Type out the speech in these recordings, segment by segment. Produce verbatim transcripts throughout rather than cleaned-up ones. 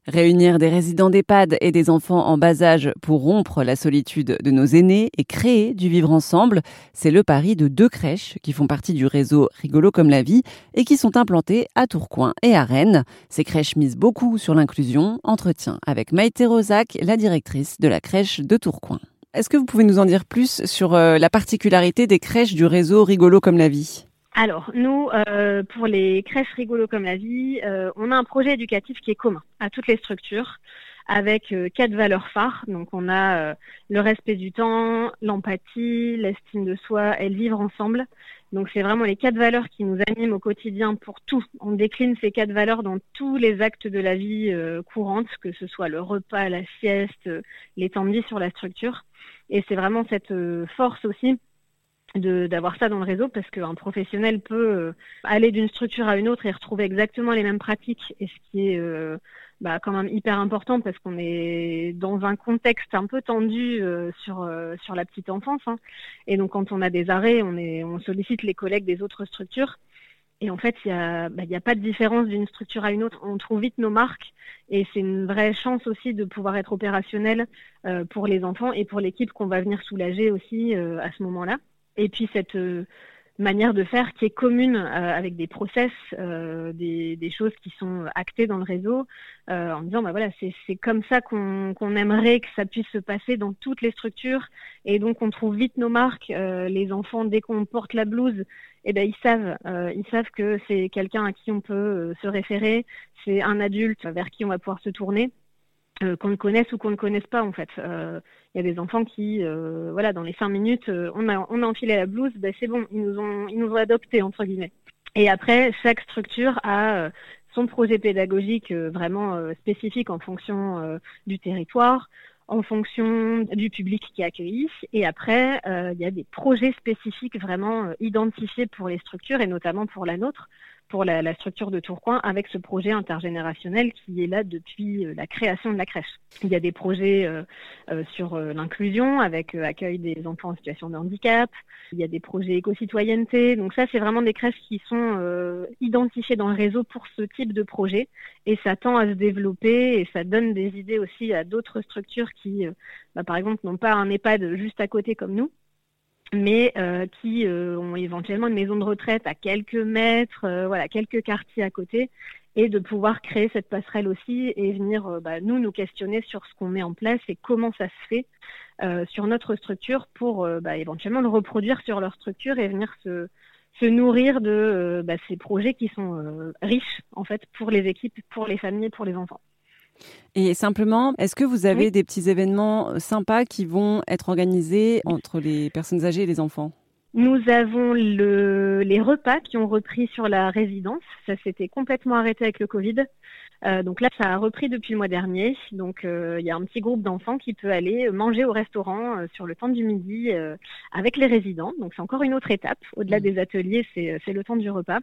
Réunir des résidents d'EHPAD et des enfants en bas âge pour rompre la solitude de nos aînés et créer du vivre ensemble, c'est le pari de deux crèches qui font partie du réseau Rigolo comme la vie et qui sont implantées à Tourcoing et à Rennes. Ces crèches misent beaucoup sur l'inclusion. Entretien avec Maïté Rozac, la directrice de la crèche de Tourcoing. Est-ce que vous pouvez nous en dire plus sur euh, la particularité des crèches du réseau Rigolo comme la vie ? Alors, nous, euh, pour les crèches Rigolo comme la vie, euh, on a un projet éducatif qui est commun à toutes les structures, avec euh, quatre valeurs phares. Donc, on a euh, le respect du temps, l'empathie, l'estime de soi et le vivre ensemble. Donc, c'est vraiment les quatre valeurs qui nous animent au quotidien pour tout. On décline ces quatre valeurs dans tous les actes de la vie euh, courante, que ce soit le repas, la sieste, euh, les temps de vie sur la structure. Et c'est vraiment cette euh, force aussi De, d'avoir ça dans le réseau, parce qu'un professionnel peut euh, aller d'une structure à une autre et retrouver exactement les mêmes pratiques, et ce qui est euh, bah, quand même hyper important, parce qu'on est dans un contexte un peu tendu euh, sur euh, sur la petite enfance, hein. Et donc quand on a des arrêts, on est on sollicite les collègues des autres structures, et en fait il y a bah, il y a pas de différence d'une structure à une autre, on trouve vite nos marques, et c'est une vraie chance aussi de pouvoir être opérationnel euh, pour les enfants et pour l'équipe qu'on va venir soulager aussi euh, à ce moment-là. Et puis cette euh, manière de faire qui est commune euh, avec des process, euh, des, des choses qui sont actées dans le réseau, euh, en disant bah voilà, c'est, c'est comme ça qu'on, qu'on aimerait que ça puisse se passer dans toutes les structures. Et donc on trouve vite nos marques. Euh, les enfants, dès qu'on porte la blouse, eh ben ils savent, euh, ils savent que c'est quelqu'un à qui on peut euh, se référer, c'est un adulte vers qui on va pouvoir se tourner. Euh, qu'on le connaisse ou qu'on ne connaisse pas, en fait. Il euh, y a des enfants qui, euh, voilà, dans les cinq minutes, euh, on a on a enfilé la blouse, ben c'est bon, ils nous ont ils nous ont adoptés, entre guillemets. Et après, chaque structure a euh, son projet pédagogique euh, vraiment euh, spécifique en fonction euh, du territoire, en fonction du public qui est accueilli. Et après, il euh, y a des projets spécifiques vraiment euh, identifiés pour les structures, et notamment pour la nôtre, pour la, la structure de Tourcoing, avec ce projet intergénérationnel qui est là depuis euh, la création de la crèche. Il y a des projets euh, euh, sur euh, l'inclusion, avec euh, accueil des enfants en situation de handicap. Il y a des projets éco-citoyenneté. Donc ça, c'est vraiment des crèches qui sont euh, identifiées dans le réseau pour ce type de projet. Et ça tend à se développer, et ça donne des idées aussi à d'autres structures qui, euh, bah, par exemple, n'ont pas un EHPAD juste à côté comme nous, mais euh, qui euh, ont éventuellement une maison de retraite à quelques mètres, euh, voilà, quelques quartiers à côté, et de pouvoir créer cette passerelle aussi et venir, euh, bah, nous, nous questionner sur ce qu'on met en place et comment ça se fait euh, sur notre structure pour euh, bah, éventuellement le reproduire sur leur structure et venir se, se nourrir de euh, bah, ces projets qui sont euh, riches, en fait, pour les équipes, pour les familles, pour les enfants. Et simplement, est-ce que vous avez Oui. des petits événements sympas qui vont être organisés entre les personnes âgées et les enfants ? Nous avons le, les repas qui ont repris sur la résidence. Ça s'était complètement arrêté avec le Covid. Euh, donc là, ça a repris depuis le mois dernier. Donc euh, il y a un petit groupe d'enfants qui peut aller manger au restaurant euh, sur le temps du midi euh, avec les résidents. Donc c'est encore une autre étape. Au-delà des ateliers, c'est, c'est le temps du repas.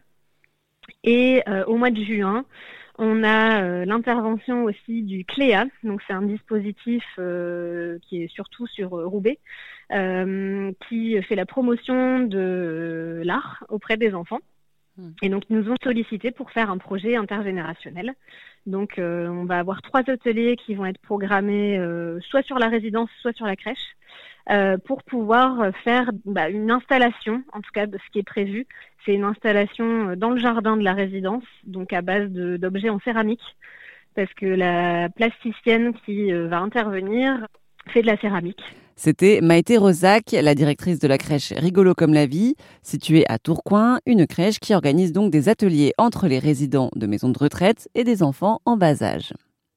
Et euh, au mois de juin, on a euh, l'intervention aussi du C L E A, donc c'est un dispositif euh, qui est surtout sur euh, Roubaix, euh, qui fait la promotion de euh, l'art auprès des enfants. Et donc, ils nous ont sollicité pour faire un projet intergénérationnel. Donc, euh, on va avoir trois ateliers qui vont être programmés euh, soit sur la résidence, soit sur la crèche, euh, pour pouvoir faire bah, une installation, en tout cas de ce qui est prévu. C'est une installation dans le jardin de la résidence, donc à base de, d'objets en céramique, parce que la plasticienne qui euh, va intervenir fait de la céramique. C'était Maïté Rozac, la directrice de la crèche Rigolo comme la vie, située à Tourcoing, une crèche qui organise donc des ateliers entre les résidents de maisons de retraite et des enfants en bas âge.